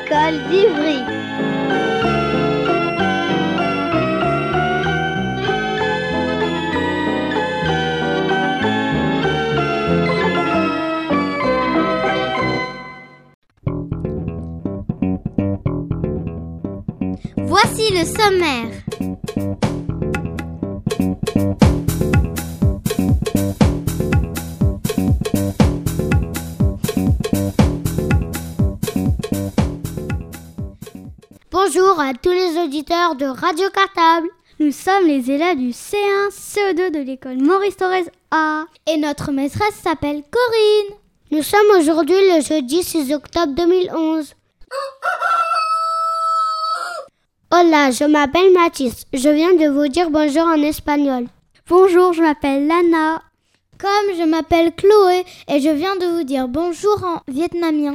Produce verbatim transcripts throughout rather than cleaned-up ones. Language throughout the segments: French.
l'école d'Ivry. Voici le sommaire. Bonjour à tous les auditeurs de Radio Cartable. Nous sommes les élèves du C un C E deux de l'école Maurice Thorez A. Et notre maîtresse s'appelle Corinne. Nous sommes aujourd'hui le jeudi six octobre deux mille onze. Hola, je m'appelle Mathis. Je viens de vous dire bonjour en espagnol. Bonjour, je m'appelle Lana. Comme je m'appelle Chloé et je viens de vous dire bonjour en vietnamien.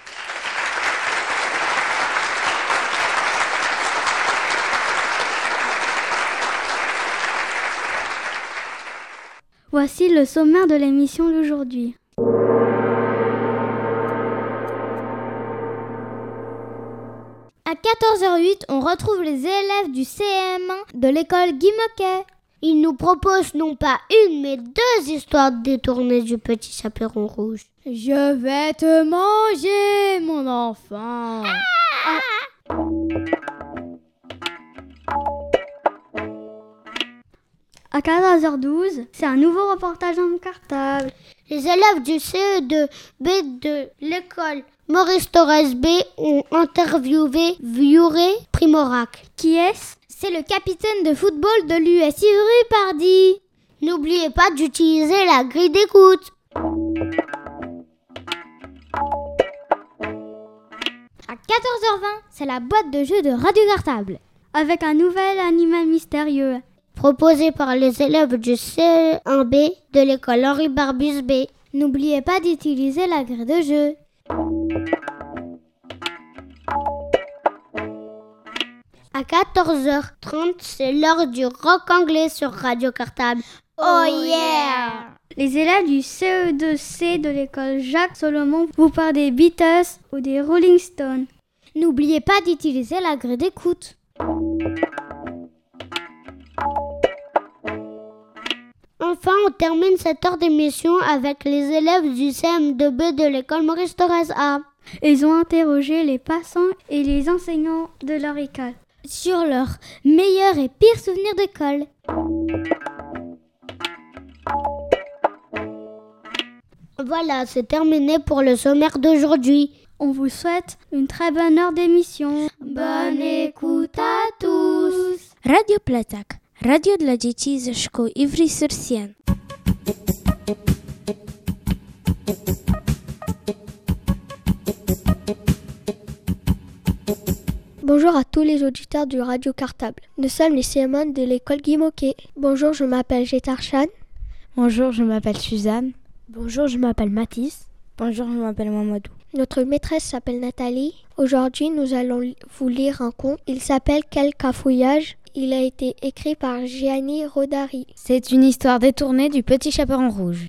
Voici le sommaire de l'émission d'aujourd'hui. À quatorze heures huit, on retrouve les élèves du C M un de l'école Guy Moquet. Ils nous proposent non pas une, mais deux histoires détournées du petit chaperon rouge. Je vais te manger, mon enfant. Ah. À quatorze heures douze, c'est un nouveau reportage dans mon cartable. Les élèves du C E deux B de l'école Maurice Thorez B ont interviewé Vioré Primorac. Qui est-ce ? C'est le capitaine de football de l'U S Ivry Pardy. N'oubliez pas d'utiliser la grille d'écoute. À quatorze heures vingt, c'est la boîte de jeu de Radio Cartable. Avec un nouvel animal mystérieux. Proposé par les élèves du C un B de l'école Henri Barbus B. N'oubliez pas d'utiliser la grille de jeu. À quatorze heures trente, c'est l'heure du rock anglais sur Radio Cartable. Oh yeah! Les élèves du C E deux C de l'école Jacques Solomon vous parlent des Beatles ou des Rolling Stones. N'oubliez pas d'utiliser la grille d'écoute. Enfin, on termine cette heure d'émission avec les élèves du C M deux B de l'école Maurice Thorez A. Ils ont interrogé les passants et les enseignants de leur école sur leurs meilleurs et pires souvenirs d'école. Voilà, c'est terminé pour le sommaire d'aujourd'hui. On vous souhaite une très bonne heure d'émission. Bonne écoute à tous. Radio Pletak, radio dla dzieci ze szkół Ivry-sur-Seine. Bonjour à tous les auditeurs du Radio Cartable. Nous sommes les C M un de l'école Guy Moquet. Bonjour, je m'appelle Gétarshan. Bonjour, je m'appelle Suzanne. Bonjour, je m'appelle Mathis. Bonjour, je m'appelle Mamadou. Notre maîtresse s'appelle Nathalie. Aujourd'hui, nous allons vous lire un conte. Il s'appelle Quel cafouillage. Il a été écrit par Gianni Rodari. C'est une histoire détournée du petit chaperon rouge.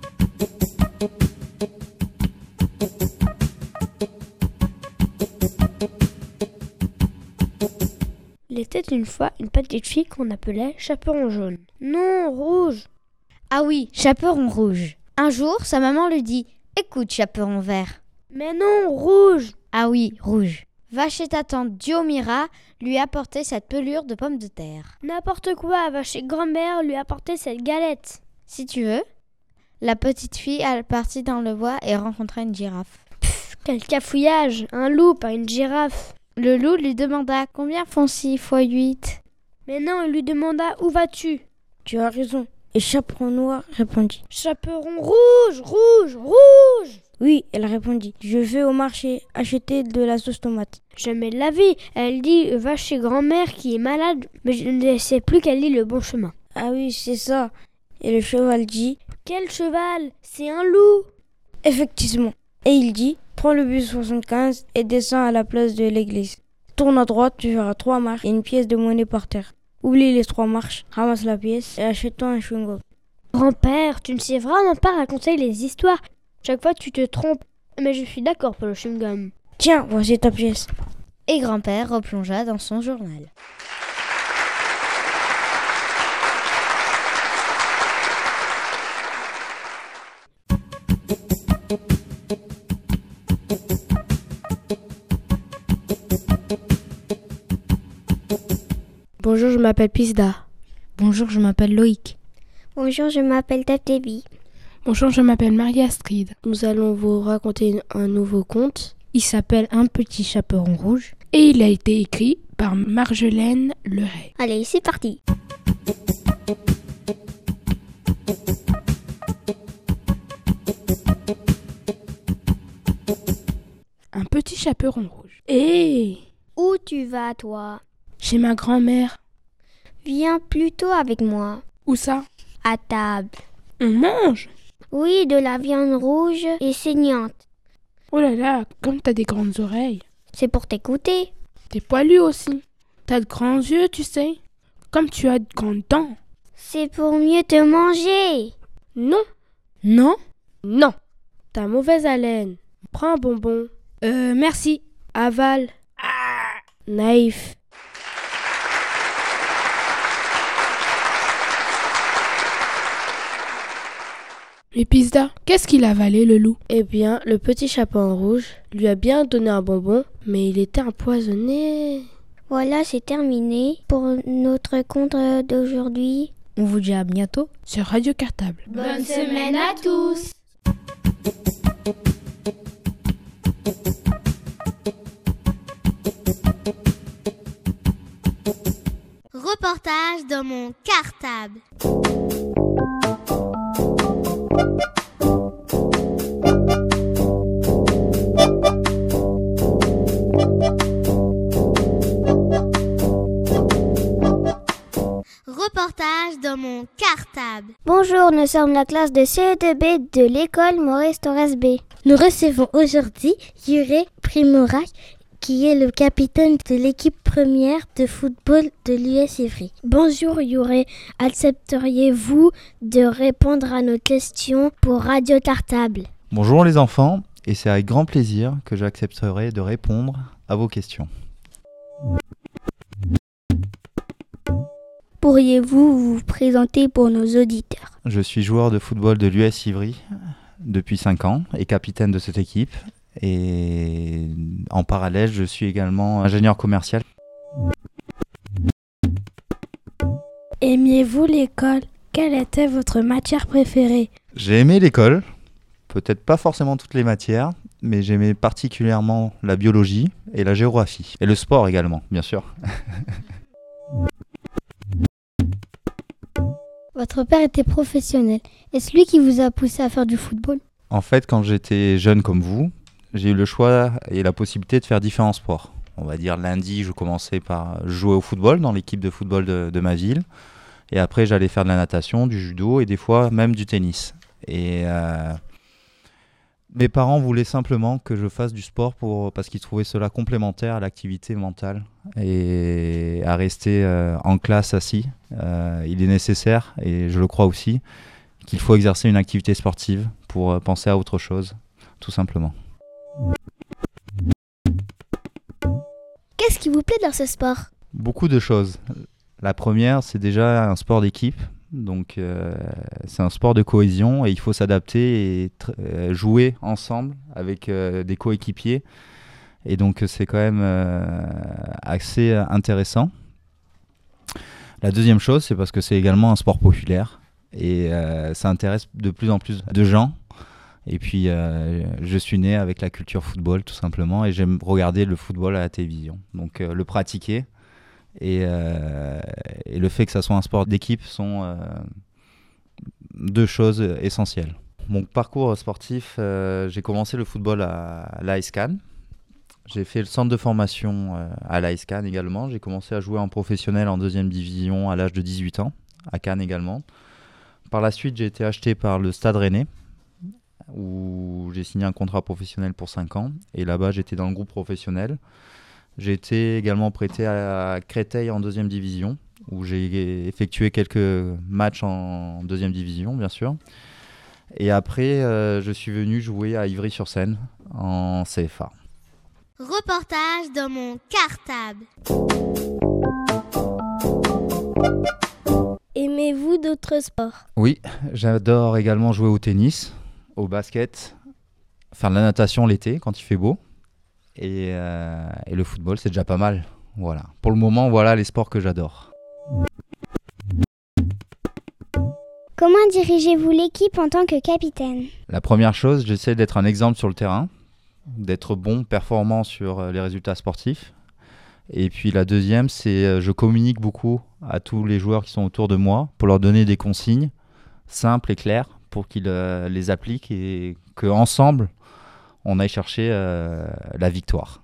Il était une fois une petite fille qu'on appelait Chaperon jaune. Non, rouge. Ah oui, Chaperon rouge. Un jour, sa maman lui dit « Écoute, Chaperon vert. » Mais non, rouge. Ah oui, rouge. Va chez ta tante Diomira lui apporter cette pelure de pommes de terre. N'importe quoi, va chez grand-mère lui apporter cette galette. Si tu veux. La petite fille est partie dans le bois et rencontra une girafe. Pfff, quel cafouillage, un loup, pas une girafe. Le loup lui demanda combien font six fois huit. Mais non, il lui demanda où vas-tu. Tu as raison. Et Chaperon noir répondit. Chaperon rouge, rouge, rouge. Oui, elle répondit. Je vais au marché acheter de la sauce tomate. Jamais de la vie. Elle dit va chez grand-mère qui est malade, mais je ne sais plus quel est le bon chemin. Ah oui, c'est ça. Et le cheval dit. Quel cheval? C'est un loup. Effectivement. Et il dit. Prends le bus soixante-quinze et descends à la place de l'église. Tourne à droite, tu verras trois marches et une pièce de monnaie par terre. Oublie les trois marches, ramasse la pièce et achète-toi un chewing-gum. Grand-père, tu ne sais vraiment pas raconter les histoires. Chaque fois, tu te trompes. Mais je suis d'accord pour le chewing-gum. Tiens, voici ta pièce. Et grand-père replongea dans son journal. Bonjour, je m'appelle Pisda. Bonjour, je m'appelle Loïc. Bonjour, je m'appelle Taptebi. Bonjour, je m'appelle Marie-Astrid. Nous allons vous raconter un nouveau conte. Il s'appelle Un petit chaperon rouge. Et il a été écrit par Marjolaine Leray. Allez, c'est parti. Un petit chaperon rouge. Et Où tu vas, toi? chez ma grand-mère. Viens plutôt avec moi. Où ça? À table. On mange? Oui, de la viande rouge et saignante. Oh là là, comme t'as des grandes oreilles. C'est pour t'écouter. T'es poilu aussi. T'as de grands yeux, tu sais. Comme tu as de grandes dents. C'est pour mieux te manger. Non, Non? non. T'as mauvaise haleine. Prends un bonbon. Euh, merci. Avale. Naïf. Mais Pisda, qu'est-ce qu'il a avalé, le loup? Eh bien, le petit chaperon rouge lui a bien donné un bonbon, mais il était empoisonné. Voilà, c'est terminé pour notre conte d'aujourd'hui. On vous dit à bientôt. Sur Radio Cartable. Bonne semaine à tous. Reportage dans mon cartable. Reportage dans mon cartable. Bonjour, nous sommes la classe de C E deux B de l'école Maurice Torres B. Nous recevons aujourd'hui Yuré Primorac, qui est le capitaine de l'équipe première de football de l'U S Ivry. Bonjour Yuré, accepteriez-vous de répondre à nos questions pour Radio Cartable? Bonjour les enfants, et c'est avec grand plaisir que j'accepterai de répondre à vos questions. Pourriez-vous vous présenter pour nos auditeurs? Je suis joueur de football de l'U S Ivry depuis cinq ans et capitaine de cette équipe. Et en parallèle, je suis également ingénieur commercial. Aimiez-vous l'école? Quelle était votre matière préférée? J'ai aimé l'école, peut-être pas forcément toutes les matières, mais j'aimais particulièrement la biologie et la géographie. Et le sport également, bien sûr. Votre père était professionnel. Est-ce lui qui vous a poussé à faire du football? En fait, quand j'étais jeune comme vous, j'ai eu le choix et la possibilité de faire différents sports. On va dire lundi, je commençais par jouer au football dans l'équipe de football de, de ma ville. Et après, j'allais faire de la natation, du judo et des fois même du tennis. Et euh, mes parents voulaient simplement que je fasse du sport pour, parce qu'ils trouvaient cela complémentaire à l'activité mentale et à rester euh, en classe assis. Euh, il est nécessaire, et je le crois aussi, qu'il faut exercer une activité sportive pour euh, penser à autre chose, tout simplement. Qu'est-ce qui vous plaît dans ce sport? Beaucoup de choses. La première, c'est déjà un sport d'équipe. Donc, euh, c'est un sport de cohésion et il faut s'adapter et tr- euh, jouer ensemble avec euh, des coéquipiers. Et donc, c'est quand même euh, assez intéressant. La deuxième chose, c'est parce que c'est également un sport populaire et euh, ça intéresse de plus en plus de gens. Et puis, euh, je suis né avec la culture football, tout simplement, et j'aime regarder le football à la télévision. Donc, euh, le pratiquer et, euh, et le fait que ça soit un sport d'équipe sont euh, deux choses essentielles. Mon parcours sportif, euh, j'ai commencé le football à, à l'A S Cannes. J'ai fait le centre de formation euh, à l'A S Cannes également. J'ai commencé à jouer en professionnel en deuxième division à l'âge de dix-huit ans, à Cannes également. Par la suite, j'ai été acheté par le Stade Rennais, où j'ai signé un contrat professionnel pour cinq ans. Et là-bas, j'étais dans le groupe professionnel. J'ai été également prêté à Créteil en deuxième division, où j'ai effectué quelques matchs en deuxième division, bien sûr. Et après, euh, je suis venu jouer à Ivry-sur-Seine en C F A. Reportage dans mon cartable. Aimez-vous d'autres sports? Oui, j'adore également jouer au tennis, au basket, faire de la natation l'été quand il fait beau. Et, euh, et le football, c'est déjà pas mal. Voilà. Pour le moment, voilà les sports que j'adore. Comment dirigez-vous l'équipe en tant que capitaine? La première chose, j'essaie d'être un exemple sur le terrain, d'être bon, performant sur les résultats sportifs. Et puis la deuxième, c'est euh, je communique beaucoup à tous les joueurs qui sont autour de moi pour leur donner des consignes simples et claires pour qu'ils euh, les appliquent et qu'ensemble, on aille chercher euh, la victoire.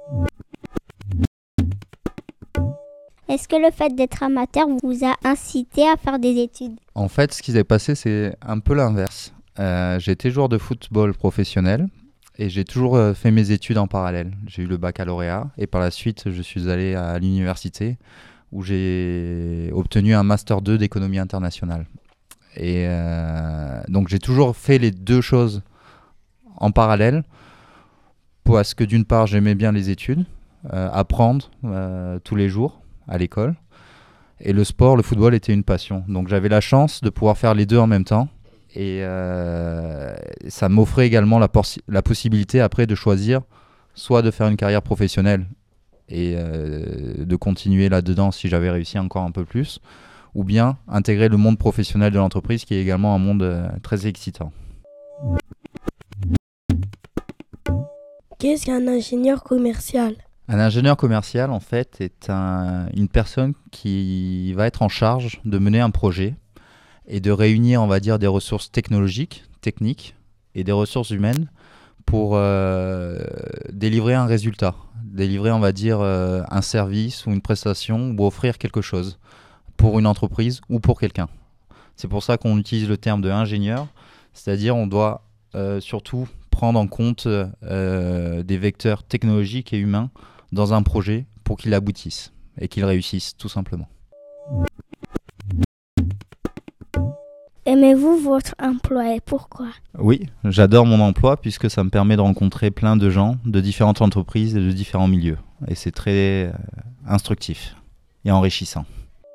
Est-ce que le fait d'être amateur vous a incité à faire des études? En fait, ce qui s'est passé, c'est un peu l'inverse. Euh, j'ai été joueur de football professionnel et j'ai toujours euh, fait mes études en parallèle. J'ai eu le baccalauréat et par la suite, je suis allé à l'université où j'ai obtenu un master deux d'économie internationale. Et euh, donc, j'ai toujours fait les deux choses en parallèle parce que d'une part, j'aimais bien les études, euh, apprendre euh, tous les jours à l'école. Et le sport, le football était une passion. Donc j'avais la chance de pouvoir faire les deux en même temps. Et euh, ça m'offrait également la, por- la possibilité après de choisir soit de faire une carrière professionnelle et euh, de continuer là-dedans si j'avais réussi encore un peu plus, ou bien intégrer le monde professionnel de l'entreprise qui est également un monde euh, très excitant. Qu'est-ce qu'un ingénieur commercial ? Un ingénieur commercial, en fait, est un, une personne qui va être en charge de mener un projet et de réunir, on va dire, des ressources technologiques, techniques et des ressources humaines pour euh, délivrer un résultat, délivrer, on va dire, euh, un service ou une prestation ou offrir quelque chose pour une entreprise ou pour quelqu'un. C'est pour ça qu'on utilise le terme de ingénieur, c'est-à-dire on doit euh, surtout prendre en compte euh, des vecteurs technologiques et humains dans un projet pour qu'il aboutisse et qu'il réussisse tout simplement. Aimez-vous votre emploi et pourquoi ? Oui, j'adore mon emploi puisque ça me permet de rencontrer plein de gens de différentes entreprises et de différents milieux. Et c'est très euh, instructif et enrichissant.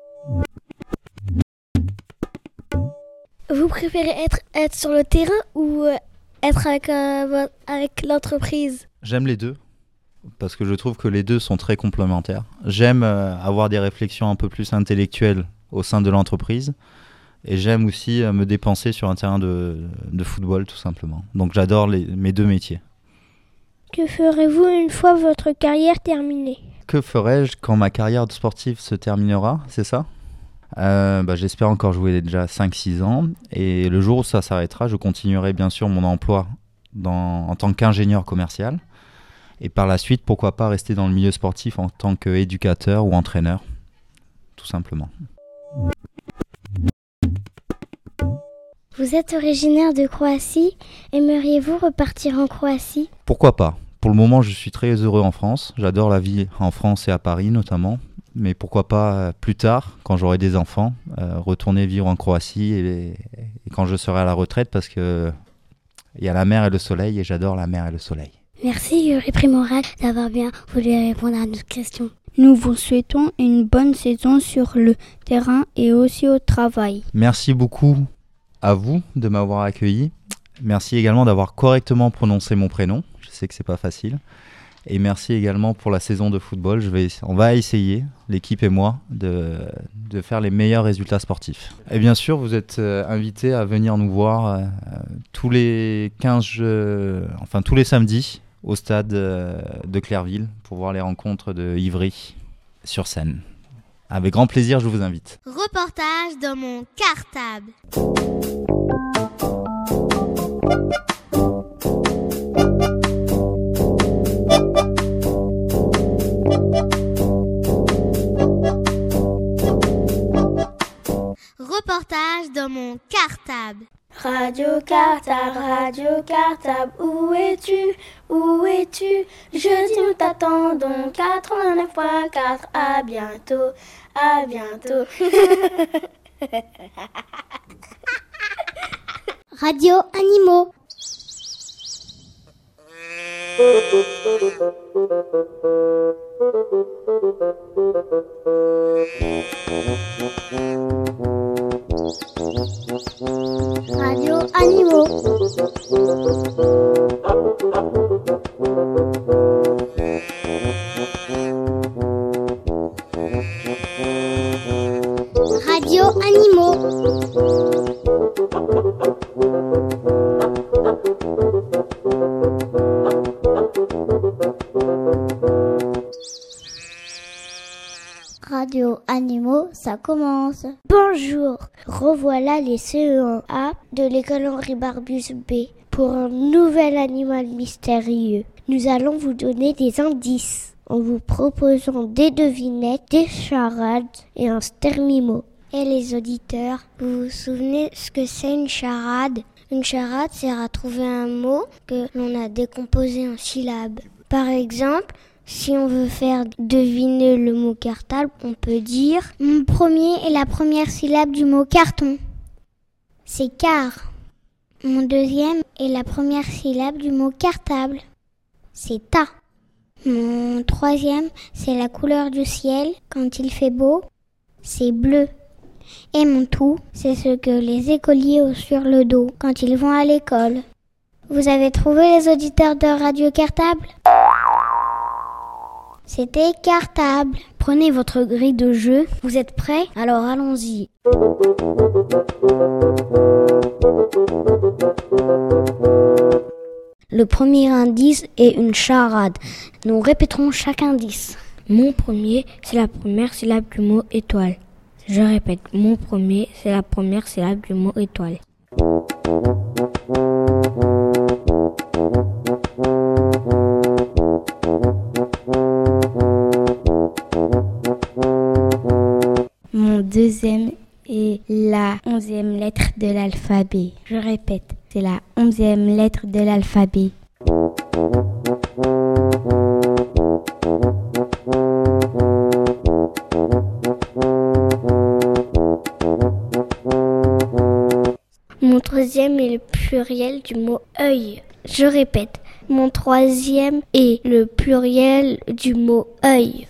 Vous préférez être, être sur le terrain ou être avec, euh, avec l'entreprise ? J'aime les deux. Parce que je trouve que les deux sont très complémentaires. J'aime euh, avoir des réflexions un peu plus intellectuelles au sein de l'entreprise et j'aime aussi euh, me dépenser sur un terrain de, de football tout simplement. Donc j'adore les, mes deux métiers. Que ferez-vous une fois votre carrière terminée ? Que ferai-je quand ma carrière sportive se terminera, c'est ça ? euh, bah, J'espère encore jouer déjà cinq six ans et le jour où ça s'arrêtera, je continuerai bien sûr mon emploi dans, en tant qu'ingénieur commercial. Et par la suite, pourquoi pas rester dans le milieu sportif en tant qu'éducateur ou entraîneur, tout simplement. Vous êtes originaire de Croatie. Aimeriez-vous repartir en Croatie ? Pourquoi pas ? Pour le moment, je suis très heureux en France. J'adore la vie en France et à Paris notamment. Mais pourquoi pas euh, plus tard, quand j'aurai des enfants, euh, retourner vivre en Croatie et, et quand je serai à la retraite parce que il y a la mer et le soleil et j'adore la mer et le soleil. Merci Yuri Primorac d'avoir bien voulu répondre à nos questions. Nous vous souhaitons une bonne saison sur le terrain et aussi au travail. Merci beaucoup à vous de m'avoir accueilli. Merci également d'avoir correctement prononcé mon prénom. Je sais que c'est pas facile. Et merci également pour la saison de football. Je vais, on va essayer, l'équipe et moi, de, de faire les meilleurs résultats sportifs. Et bien sûr, vous êtes euh, invités à venir nous voir euh, tous les quinze jeux, enfin tous les samedis au stade euh, de Clairville pour voir les rencontres de Ivry sur scène. Avec grand plaisir, je vous invite. Reportage dans mon cartable. Reportage dans mon cartable. Radio Cartable, Radio Cartable, où es-tu, où es-tu? Jeudi nous t'attendons, quatre-vingt-neuf point quatre, à bientôt, à bientôt. Radio Animaux. Radio Animaux. Radio Animaux. Radio Animaux, ça commence. Bonjour, revoilà les C E un A de l'école Henri Barbus B pour un nouvel animal mystérieux. Nous allons vous donner des indices en vous proposant des devinettes, des charades et un stermimo. Et les auditeurs, vous vous souvenez ce que c'est une charade? Une charade sert à trouver un mot que l'on a décomposé en syllabes. Par exemple, si on veut faire deviner le mot cartable, on peut dire « Mon premier est la première syllabe du mot carton ». C'est car. Mon deuxième est la première syllabe du mot cartable. C'est ta. Mon troisième, c'est la couleur du ciel quand il fait beau. C'est bleu. Et mon tout, c'est ce que les écoliers ont sur le dos quand ils vont à l'école. Vous avez trouvé les auditeurs de Radio Cartable ? C'était Cartable. Prenez votre grille de jeu. Vous êtes prêts? Alors allons-y. Le premier indice est une charade. Nous répéterons chaque indice. Mon premier, c'est la première syllabe du mot étoile. Je répète, mon premier, c'est la première syllabe du mot étoile. Mon deuxième est la onzième lettre de l'alphabet. Je répète, c'est la onzième lettre de l'alphabet. Mon troisième est le pluriel du mot œil. Je répète, mon troisième est le pluriel du mot œil.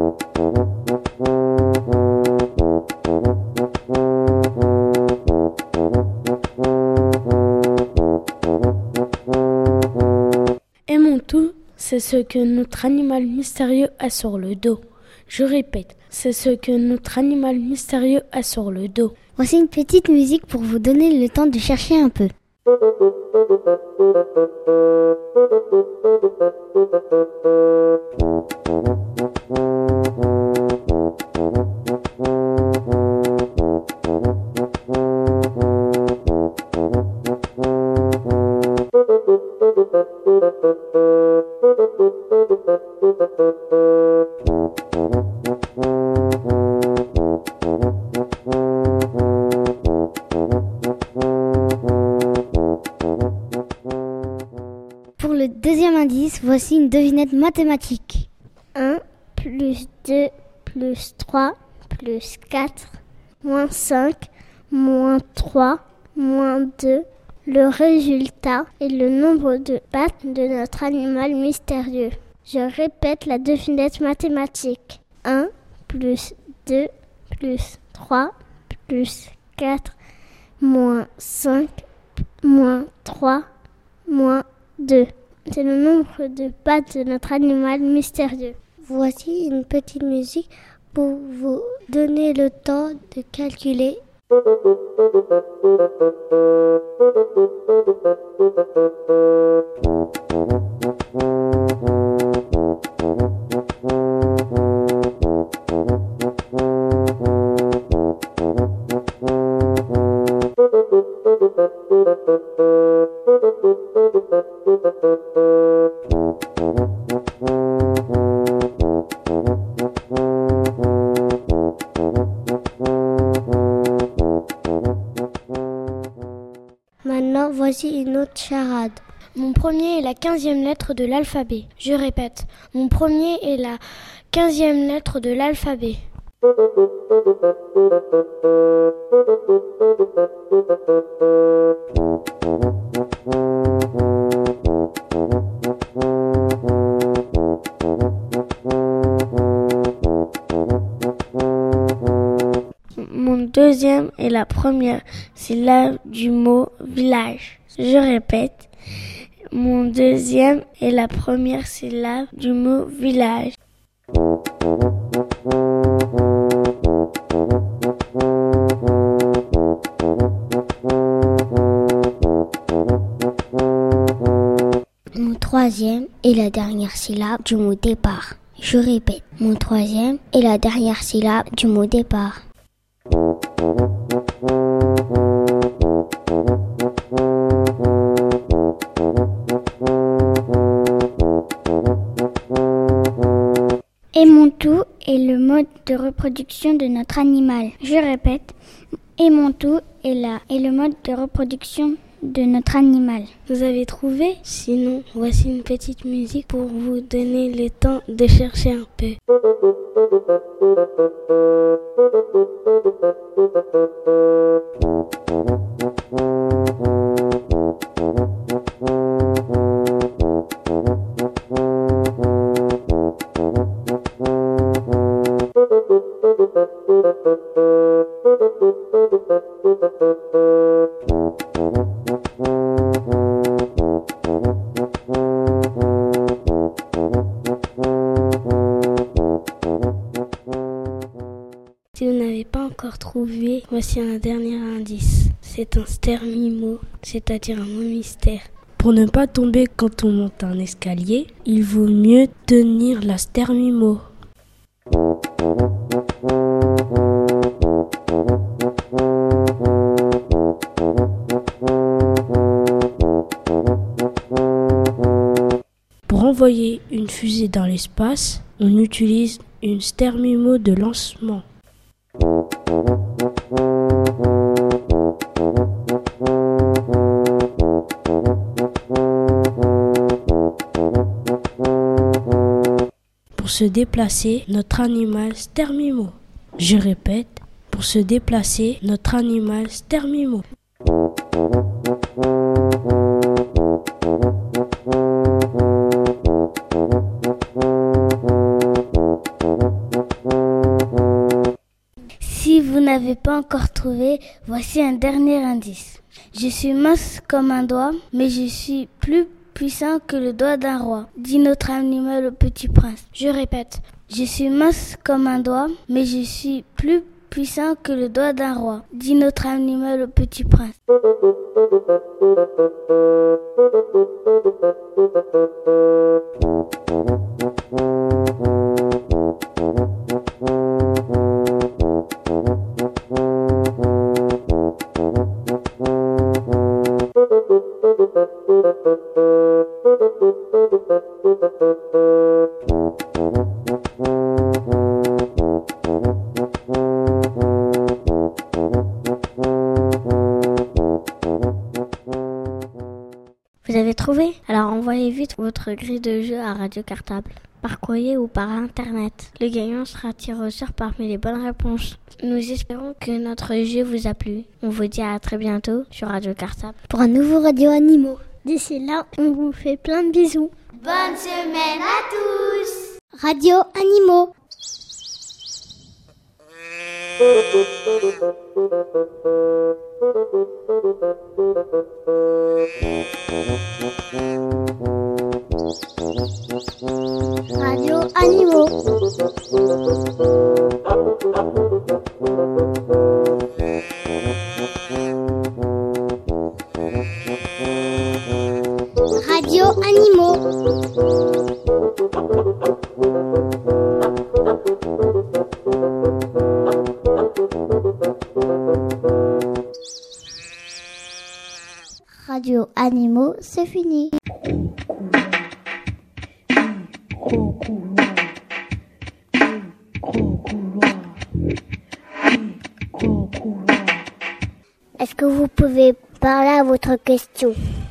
Et mon tout, c'est ce que notre animal mystérieux a sur le dos. Je répète, c'est ce que notre animal mystérieux a sur le dos. Voici une petite musique pour vous donner le temps de chercher un peu. Pour le deuxième indice, voici une devinette mathématique. un plus deux plus trois plus quatre moins cinq moins trois moins deux. Le résultat est le nombre de pattes de notre animal mystérieux. Je répète la devinette mathématique. un plus deux plus trois plus quatre moins cinq moins trois moins deux. C'est le nombre de pattes de notre animal mystérieux. Voici une petite musique pour vous donner le temps de calculer. Maintenant, voici une autre charade. Mon premier est la quinzième lettre de l'alphabet. Je répète, mon premier est la quinzième lettre de l'alphabet. deuxième est la première syllabe du mot village. Je répète, mon deuxième est la première syllabe du mot village. Mon troisième est la dernière syllabe du mot départ. Je répète, mon troisième est la dernière syllabe du mot départ. Et mon tout est le mode de reproduction de notre animal. Je répète, et mon tout est là est le mode de reproduction de notre animal. Vous avez trouvé? Sinon, voici une petite musique pour vous donner le temps de chercher un peu. Si vous n'avez pas encore trouvé, voici un dernier indice. C'est un stermimo, c'est-à-dire un mot mystère. Pour ne pas tomber quand on monte un escalier, il vaut mieux tenir la stermimo. Pour envoyer une fusée dans l'espace, on utilise une stermimo de lancement. Pour se déplacer, notre animal stermimo. Je répète, pour se déplacer, notre animal stermimo. Si vous n'avez pas encore trouvé, voici un dernier indice. Je suis mince comme un doigt, mais je suis plus puissant que le doigt d'un roi, dit notre animal au petit prince. Je répète, je suis mince comme un doigt, mais je suis plus puissant que le doigt d'un roi, dit notre animal au petit prince. Vous avez trouvé? Alors envoyez vite votre grille de jeu à Radio Cartable, par courrier ou par internet. Le gagnant sera tiré au sort parmi les bonnes réponses. Nous espérons que notre jeu vous a plu. On vous dit à très bientôt sur Radio Cartable pour un nouveau Radio Animaux. D'ici là, on vous fait plein de bisous. Bonne semaine à tous. Radio Animaux. Radio Animaux. Radio Animaux. Radio Animaux, c'est fini. Est-ce que vous pouvez parler à votre question?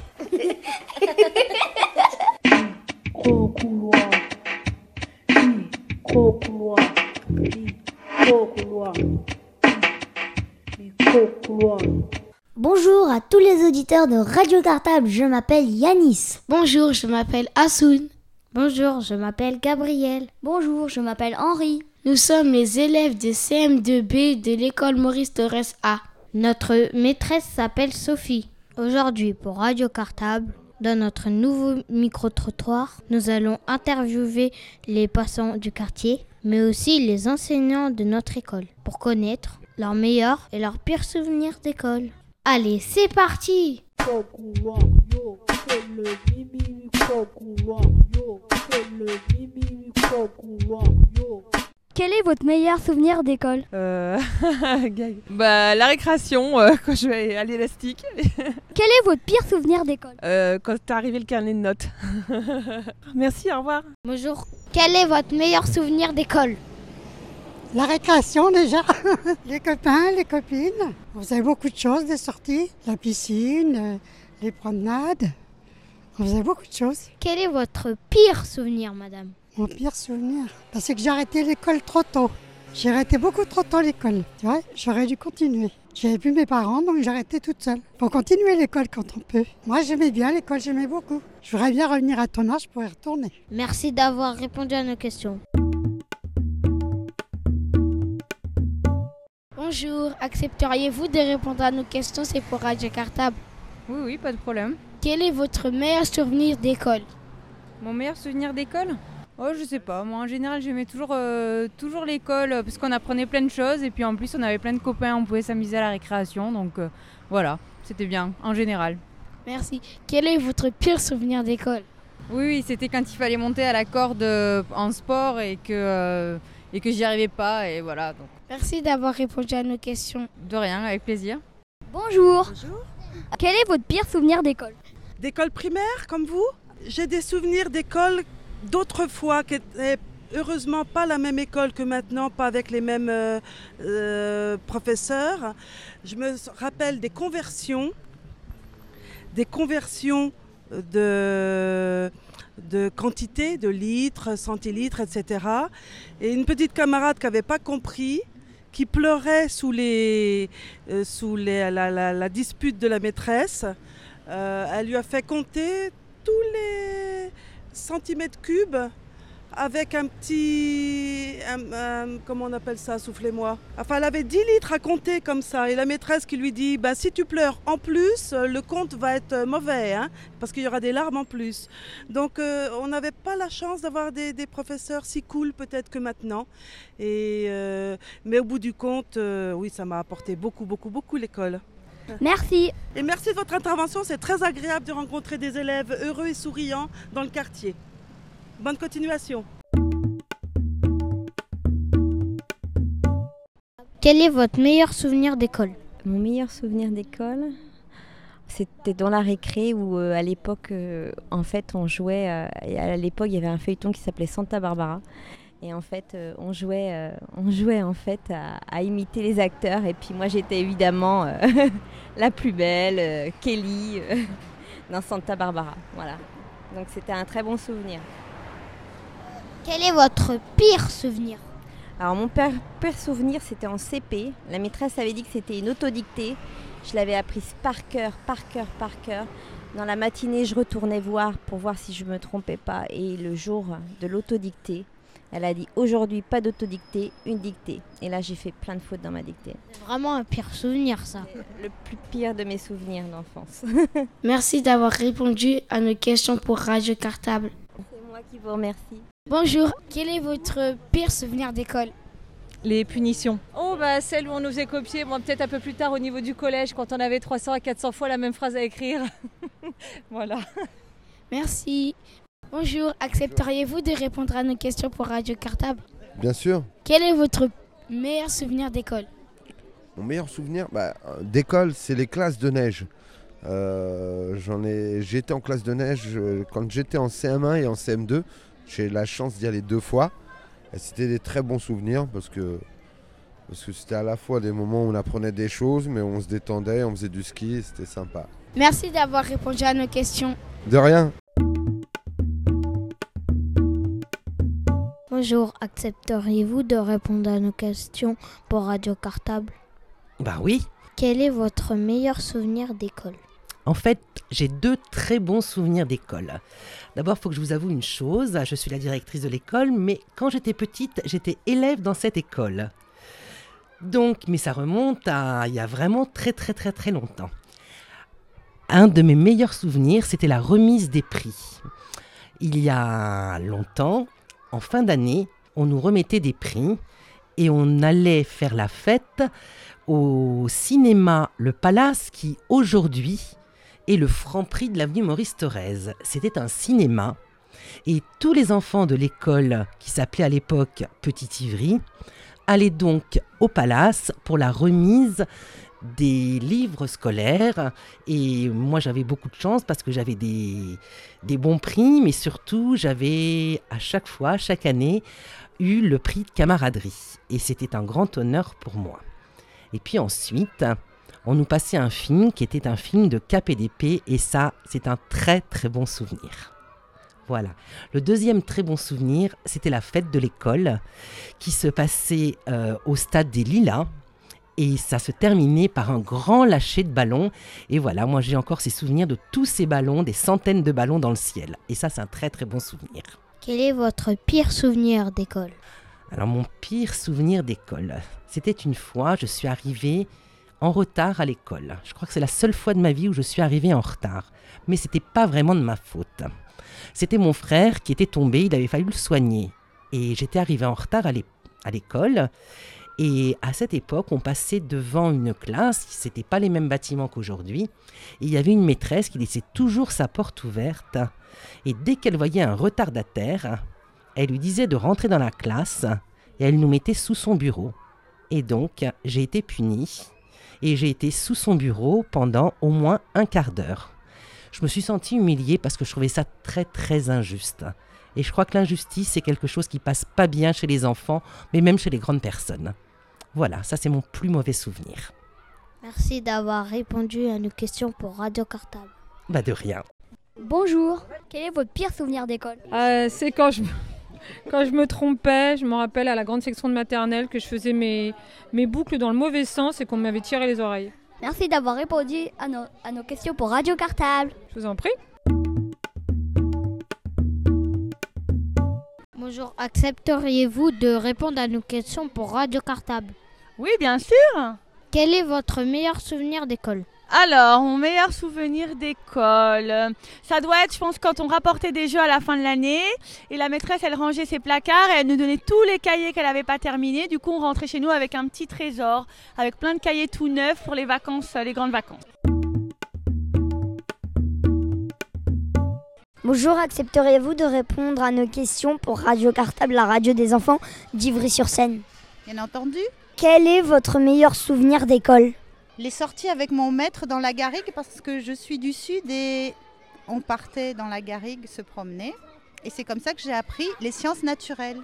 Bonjour à tous les auditeurs de Radio Cartable, je m'appelle Yanis. Bonjour, je m'appelle Assoun. Bonjour, je m'appelle Gabriel. Bonjour, je m'appelle Henri. Nous sommes les élèves de C M deux B de l'école Maurice Torres A. Notre maîtresse s'appelle Sophie. Aujourd'hui, pour Radio Cartable, dans notre nouveau micro-trottoir, nous allons interviewer les passants du quartier, mais aussi les enseignants de notre école, pour connaître leurs meilleurs et leurs pires souvenirs d'école. Allez, c'est parti! Quel est votre meilleur souvenir d'école ? euh, bah, La récréation, euh, quand je vais à l'élastique. Quel est votre pire souvenir d'école ? euh, Quand t'es arrivé le carnet de notes. Merci, au revoir. Bonjour. Quel est votre meilleur souvenir d'école ? La récréation déjà, les copains, les copines. On faisait beaucoup de choses, des sorties, la piscine, les promenades. On faisait beaucoup de choses. Quel est votre pire souvenir, madame ? Mon pire souvenir, bah, c'est que j'ai arrêté l'école trop tôt. J'ai arrêté beaucoup trop tôt l'école. Tu vois, j'aurais dû continuer. J'avais plus mes parents, donc j'ai arrêté toute seule. Faut continuer l'école quand on peut. Moi, j'aimais bien l'école, j'aimais beaucoup. Je voudrais bien revenir à ton âge pour y retourner. Merci d'avoir répondu à nos questions. Bonjour, accepteriez-vous de répondre à nos questions? C'est pour Radio Cartable. Oui, oui, pas de problème. Quel est votre meilleur souvenir d'école? Mon meilleur souvenir d'école? Oh, je sais pas. Moi, en général, j'aimais toujours, euh, toujours l'école euh, parce qu'on apprenait plein de choses et puis en plus, on avait plein de copains, on pouvait s'amuser à la récréation. Donc euh, voilà, c'était bien, en général. Merci. Quel est votre pire souvenir d'école? Oui, oui, c'était quand il fallait monter à la corde euh, en sport et que, euh, et que j'y arrivais pas. Et voilà, donc. Merci d'avoir répondu à nos questions. De rien, avec plaisir. Bonjour. Bonjour. Quel est votre pire souvenir d'école? D'école primaire, comme vous? J'ai des souvenirs d'école d'autrefois qui n'étaient heureusement pas la même école que maintenant, pas avec les mêmes euh, euh, professeurs. Je me rappelle des conversions, des conversions de, de quantité, de litres, centilitres, et cetera. Et une petite camarade qui n'avait pas compris, qui pleurait sous, les, euh, sous les, la, la, la dispute de la maîtresse. Euh, elle lui a fait compter tous les centimètres cubes avec un petit... Un, un, comment on appelle ça? Soufflez-moi. Enfin, elle avait dix litres à compter comme ça. Et la maîtresse qui lui dit, bah, si tu pleures en plus, le compte va être mauvais, hein, parce qu'il y aura des larmes en plus. Donc, euh, on n'avait pas la chance d'avoir des, des professeurs si cool peut-être que maintenant. Et, euh, mais au bout du compte, euh, oui, ça m'a apporté beaucoup, beaucoup, beaucoup l'école. Merci. Et merci de votre intervention. C'est très agréable de rencontrer des élèves heureux et souriants dans le quartier. Bonne continuation. Quel est votre meilleur souvenir d'école? Mon meilleur souvenir d'école, c'était dans la récré où euh, à l'époque, euh, en fait, on jouait. Euh, et à l'époque, il y avait un feuilleton qui s'appelait Santa Barbara. Et en fait, euh, on jouait, euh, on jouait en fait à, à imiter les acteurs. Et puis moi, j'étais évidemment euh, la plus belle, euh, Kelly, euh, dans Santa Barbara. Voilà. Donc c'était un très bon souvenir. Quel est votre pire souvenir? Alors mon pire, pire souvenir, c'était en C P. La maîtresse avait dit que c'était une autodictée. Je l'avais apprise par cœur, par cœur, par cœur. Dans la matinée, je retournais voir pour voir si je ne me trompais pas. Et le jour de l'autodictée, elle a dit aujourd'hui pas d'autodictée, une dictée. Et là j'ai fait plein de fautes dans ma dictée. C'est vraiment un pire souvenir ça. C'est le plus pire de mes souvenirs d'enfance. Merci d'avoir répondu à nos questions pour Radio Cartable. C'est moi qui vous remercie. Bonjour, quel est votre pire souvenir d'école? Les punitions. Oh bah celle où on nous faisait copier, bon, peut-être un peu plus tard au niveau du collège quand on avait trois cents à quatre cents fois la même phrase à écrire. Voilà. Merci. Bonjour, accepteriez-vous de répondre à nos questions pour Radio Cartable? Bien sûr. Quel est votre meilleur souvenir d'école? Mon meilleur souvenir bah, d'école, c'est les classes de neige. Euh, j'en ai, j'étais en classe de neige quand j'étais en C M un et en C M deux. J'ai eu la chance d'y aller deux fois. Et c'était des très bons souvenirs parce que, parce que c'était à la fois des moments où on apprenait des choses, mais on se détendait, on faisait du ski, et c'était sympa. Merci d'avoir répondu à nos questions. De rien. Bonjour, accepteriez-vous de répondre à nos questions pour Radio Cartable? Bah oui. Quel est votre meilleur souvenir d'école? En fait, j'ai deux très bons souvenirs d'école. D'abord, il faut que je vous avoue une chose, je suis la directrice de l'école, mais quand j'étais petite, j'étais élève dans cette école. Donc, mais ça remonte à il y a vraiment très très très très longtemps. Un de mes meilleurs souvenirs, c'était la remise des prix. Il y a longtemps, en fin d'année, on nous remettait des prix et on allait faire la fête au cinéma Le Palace qui, aujourd'hui, est le Franprix de l'avenue Maurice-Thorez. C'était un cinéma et tous les enfants de l'école, qui s'appelait à l'époque Petite Ivry, allaient donc au Palace pour la remise des livres scolaires. Et moi, j'avais beaucoup de chance parce que j'avais des, des bons prix, mais surtout, j'avais à chaque fois, chaque année, eu le prix de camaraderie. Et c'était un grand honneur pour moi. Et puis ensuite, on nous passait un film qui était un film de Cap et d'épée, et ça, c'est un très très bon souvenir. Voilà. Le deuxième très bon souvenir, c'était la fête de l'école qui se passait euh, au stade des Lilas, et ça se terminait par un grand lâcher de ballons. Et voilà, moi j'ai encore ces souvenirs de tous ces ballons, des centaines de ballons dans le ciel. Et ça, c'est un très très bon souvenir. Quel est votre pire souvenir d'école ? Alors mon pire souvenir d'école, c'était une fois, je suis arrivée en retard à l'école. Je crois que c'est la seule fois de ma vie où je suis arrivée en retard. Mais c'était pas vraiment de ma faute. C'était mon frère qui était tombé, il avait fallu le soigner. Et j'étais arrivée en retard à l'école. Et à cette époque, on passait devant une classe, c'était pas les mêmes bâtiments qu'aujourd'hui. Et il y avait une maîtresse qui laissait toujours sa porte ouverte. Et dès qu'elle voyait un retardataire, elle lui disait de rentrer dans la classe et elle nous mettait sous son bureau. Et donc, j'ai été punie et j'ai été sous son bureau pendant au moins un quart d'heure. Je me suis sentie humiliée parce que je trouvais ça très très injuste. Et je crois que l'injustice, c'est quelque chose qui passe pas bien chez les enfants, mais même chez les grandes personnes. Voilà, ça c'est mon plus mauvais souvenir. Merci d'avoir répondu à nos questions pour Radio Cartable. Bah de rien. Bonjour, quel est votre pire souvenir d'école ? euh, C'est quand je, quand je me trompais, je me rappelle à la grande section de maternelle que je faisais mes, mes boucles dans le mauvais sens et qu'on m'avait tiré les oreilles. Merci d'avoir répondu à nos, à nos questions pour Radio Cartable. Je vous en prie. Bonjour, accepteriez-vous de répondre à nos questions pour Radio Cartable ? Oui, bien sûr. Quel est votre meilleur souvenir d'école ? Alors, mon meilleur souvenir d'école, ça doit être, je pense, quand on rapportait des jeux à la fin de l'année et la maîtresse, elle rangeait ses placards et elle nous donnait tous les cahiers qu'elle n'avait pas terminés. Du coup, on rentrait chez nous avec un petit trésor, avec plein de cahiers tout neufs pour les vacances, les grandes vacances. Bonjour, accepteriez-vous de répondre à nos questions pour Radio Cartable, la radio des enfants d'Ivry-sur-Seine ? Bien entendu. Quel est votre meilleur souvenir d'école ? Les sorties avec mon maître dans la garrigue parce que je suis du sud et on partait dans la garrigue se promener. Et c'est comme ça que j'ai appris les sciences naturelles.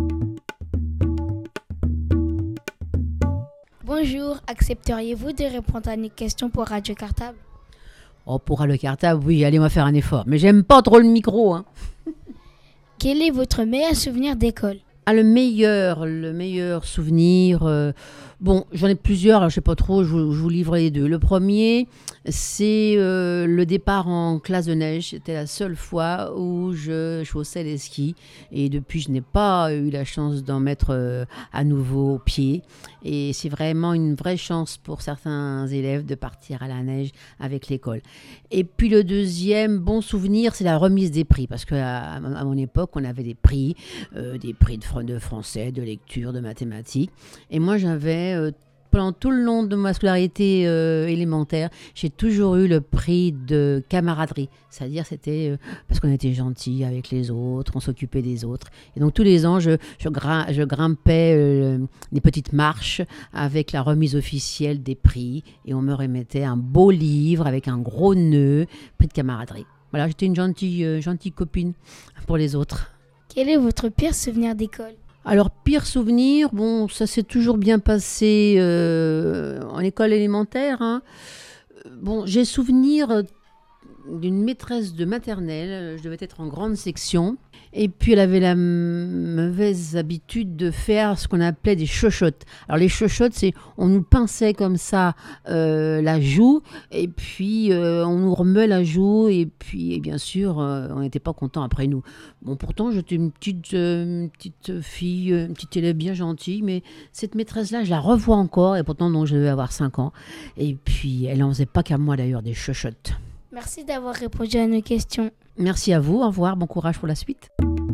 Bonjour, accepteriez-vous de répondre à nos questions pour Radio Cartable ? Oh, pour Radio Cartable, oui, allez, on va faire un effort. Mais j'aime pas trop le micro. Hein. Quel est votre meilleur souvenir d'école ? Ah, le meilleur, le meilleur souvenir... Euh, bon, j'en ai plusieurs, alors je sais pas trop, je vous, je vous livre les deux. Le premier, c'est euh, le départ en classe de neige. C'était la seule fois où je chaussais les skis. Et depuis, je n'ai pas eu la chance d'en mettre euh, à nouveau au pied. Et c'est vraiment une vraie chance pour certains élèves de partir à la neige avec l'école. Et puis le deuxième bon souvenir, c'est la remise des prix. Parce qu'à à mon époque, on avait des prix, euh, des prix de, de français, de lecture, de mathématiques. Et moi, j'avais... Euh, pendant tout le long de ma scolarité euh, élémentaire, j'ai toujours eu le prix de camaraderie. C'est-à-dire, c'était euh, parce qu'on était gentils avec les autres, on s'occupait des autres. Et donc, tous les ans, je, je, grim- je grimpais euh, des petites marches avec la remise officielle des prix. Et on me remettait un beau livre avec un gros nœud, prix de camaraderie. Voilà, j'étais une gentille, euh, gentille copine pour les autres. Quel est votre pire souvenir d'école ? Alors, pire souvenir, bon, ça s'est toujours bien passé euh, en école élémentaire. Hein. Bon, j'ai souvenir d'une maîtresse de maternelle. Je devais être en grande section. Et puis, elle avait la m- mauvaise habitude de faire ce qu'on appelait des chochottes. Alors, les chochottes, c'est on nous pinçait comme ça euh, la joue, et puis euh, on nous remuait la joue, et puis, et bien sûr, euh, on n'était pas content après nous. Bon, pourtant, j'étais une petite, euh, une petite fille, une petite élève bien gentille, mais cette maîtresse-là, je la revois encore, et pourtant, non, je devais avoir cinq ans. Et puis, elle n'en faisait pas qu'à moi, d'ailleurs, des chochottes. Merci d'avoir répondu à nos questions. Merci à vous, au revoir, bon courage pour la suite.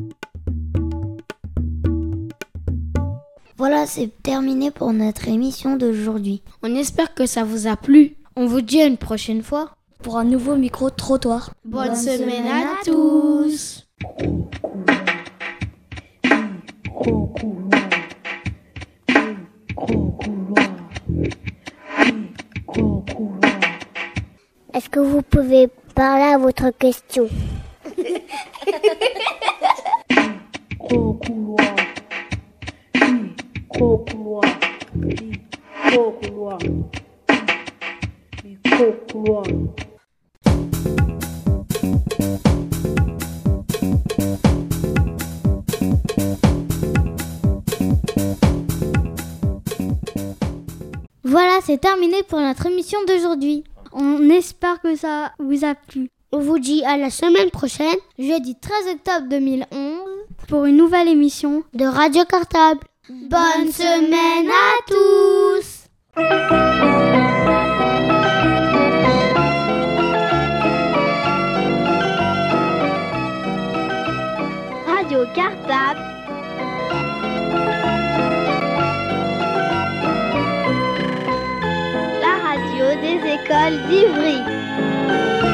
Voilà, c'est terminé pour notre émission d'aujourd'hui. On espère que ça vous a plu. On vous dit à une prochaine fois pour un nouveau micro-trottoir. Bonne, Bonne semaine à tous. Est-ce que vous pouvez parler à votre question? Micro-couloir. Micro-couloir. Micro-couloir. Micro-couloir. Voilà, c'est terminé pour notre émission d'aujourd'hui. On espère que ça vous a plu. On vous dit à la semaine prochaine, jeudi treize octobre deux mille onze, pour une nouvelle émission de Radio Cartable. Bonne semaine à tous! Radio Cartable. La radio des écoles d'Ivry.